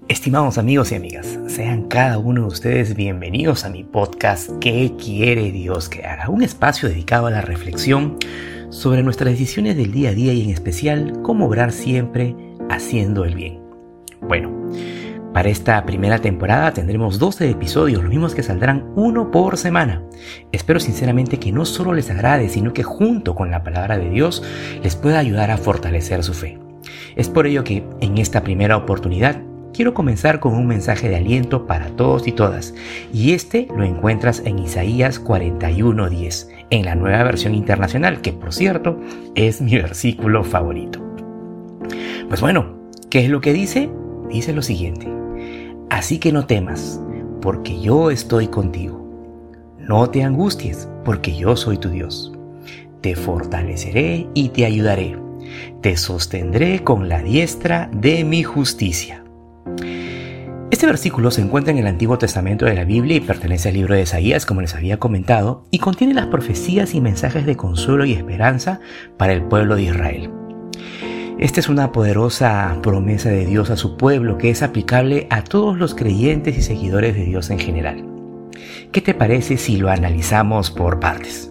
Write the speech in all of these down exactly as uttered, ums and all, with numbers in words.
Estimados amigos y amigas, sean cada uno de ustedes bienvenidos a mi podcast ¿Qué quiere Dios que haga? Un espacio dedicado a la reflexión sobre nuestras decisiones del día a día y en especial cómo obrar siempre haciendo el bien. Bueno, para esta primera temporada tendremos doce episodios, los mismos que saldrán uno por semana. Espero sinceramente que no solo les agrade, sino que junto con la palabra de Dios les pueda ayudar a fortalecer su fe. Es por ello que en esta primera oportunidad quiero comenzar con un mensaje de aliento para todos y todas, y este lo encuentras en Isaías cuarenta y uno diez, en la Nueva Versión Internacional, que por cierto es mi versículo favorito. Pues bueno, ¿qué es lo que dice? Dice lo siguiente: así que no temas, porque yo estoy contigo. No te angusties, porque yo soy tu Dios. Te fortaleceré y te ayudaré. Te sostendré con la diestra de mi justicia. Este versículo se encuentra en el Antiguo Testamento de la Biblia y pertenece al libro de Isaías, como les había comentado, y contiene las profecías y mensajes de consuelo y esperanza para el pueblo de Israel. Esta es una poderosa promesa de Dios a su pueblo que es aplicable a todos los creyentes y seguidores de Dios en general. ¿Qué te parece si lo analizamos por partes?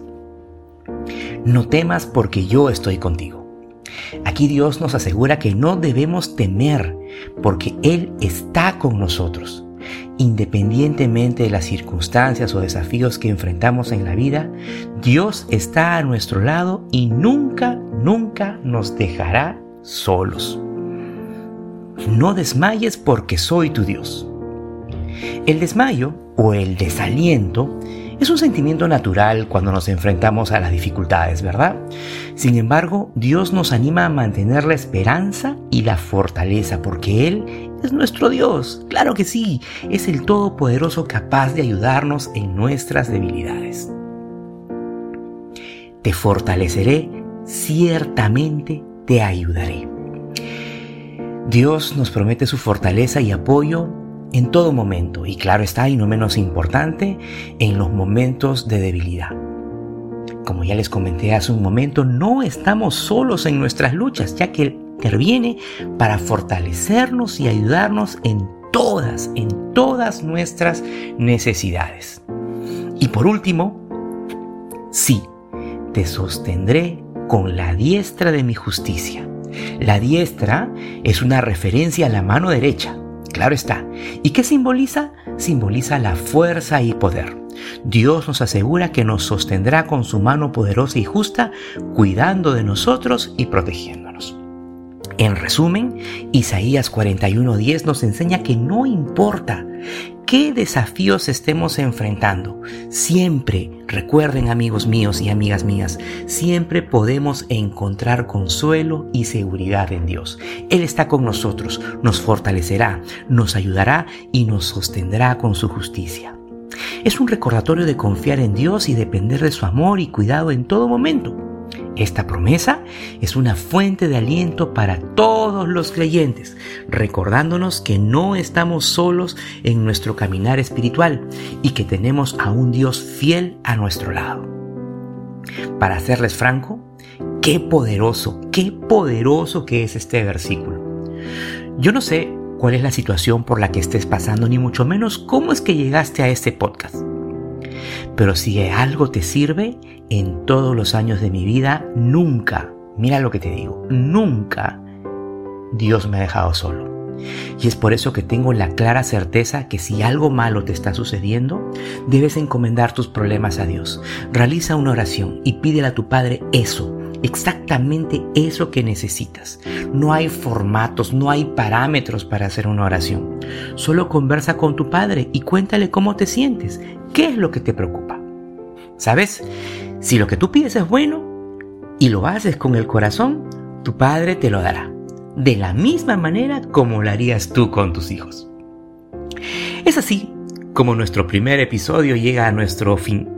No temas porque yo estoy contigo. Aquí Dios nos asegura que no debemos temer porque Él está con nosotros. Independientemente de las circunstancias o desafíos que enfrentamos en la vida, Dios está a nuestro lado y nunca, nunca nos dejará solos. No desmayes porque soy tu Dios. El desmayo o el desaliento es un sentimiento natural cuando nos enfrentamos a las dificultades, ¿verdad? Sin embargo, Dios nos anima a mantener la esperanza y la fortaleza porque Él es nuestro Dios. Claro que sí, es el Todopoderoso capaz de ayudarnos en nuestras debilidades. Te fortaleceré, ciertamente te ayudaré. Dios nos promete su fortaleza y apoyo en todo momento, y claro está, y no menos importante, en los momentos de debilidad. Como ya les comenté hace un momento, no estamos solos en nuestras luchas, ya que Él interviene para fortalecernos y ayudarnos en todas, en todas nuestras necesidades. Y por último, sí, te sostendré con la diestra de mi justicia. La diestra es una referencia a la mano derecha. Claro está. ¿Y qué simboliza? Simboliza la fuerza y poder. Dios nos asegura que nos sostendrá con su mano poderosa y justa, cuidando de nosotros y protegiéndonos. En resumen, Isaías cuarenta y uno diez nos enseña que no importa qué desafíos estemos enfrentando, siempre, recuerden amigos míos y amigas mías, siempre podemos encontrar consuelo y seguridad en Dios. Él está con nosotros, nos fortalecerá, nos ayudará y nos sostendrá con su justicia. Es un recordatorio de confiar en Dios y depender de su amor y cuidado en todo momento. Esta promesa es una fuente de aliento para todos los creyentes, recordándonos que no estamos solos en nuestro caminar espiritual y que tenemos a un Dios fiel a nuestro lado. Para serles franco, qué poderoso, qué poderoso que es este versículo. Yo no sé cuál es la situación por la que estés pasando, ni mucho menos cómo es que llegaste a este podcast. Pero si algo te sirve, en todos los años de mi vida, nunca, mira lo que te digo, nunca Dios me ha dejado solo. Y es por eso que tengo la clara certeza que si algo malo te está sucediendo, debes encomendar tus problemas a Dios. Realiza una oración y pídele a tu Padre eso, exactamente eso que necesitas. No hay formatos, no hay parámetros para hacer una oración. Solo conversa con tu Padre y cuéntale cómo te sientes, qué es lo que te preocupa. ¿Sabes? Si lo que tú pides es bueno y lo haces con el corazón, tu Padre te lo dará, de la misma manera como lo harías tú con tus hijos. Es así como nuestro primer episodio llega a nuestro fin.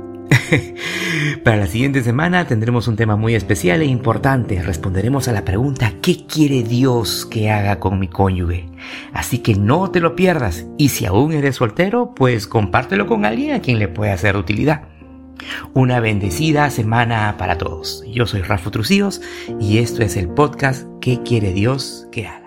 Para la siguiente semana tendremos un tema muy especial e importante. Responderemos a la pregunta: ¿qué quiere Dios que haga con mi cónyuge? Así que no te lo pierdas. Y si aún eres soltero, pues compártelo con alguien a quien le pueda ser de utilidad. Una bendecida semana para todos. Yo soy Rafa Trucíos y esto es el podcast ¿Qué quiere Dios que haga?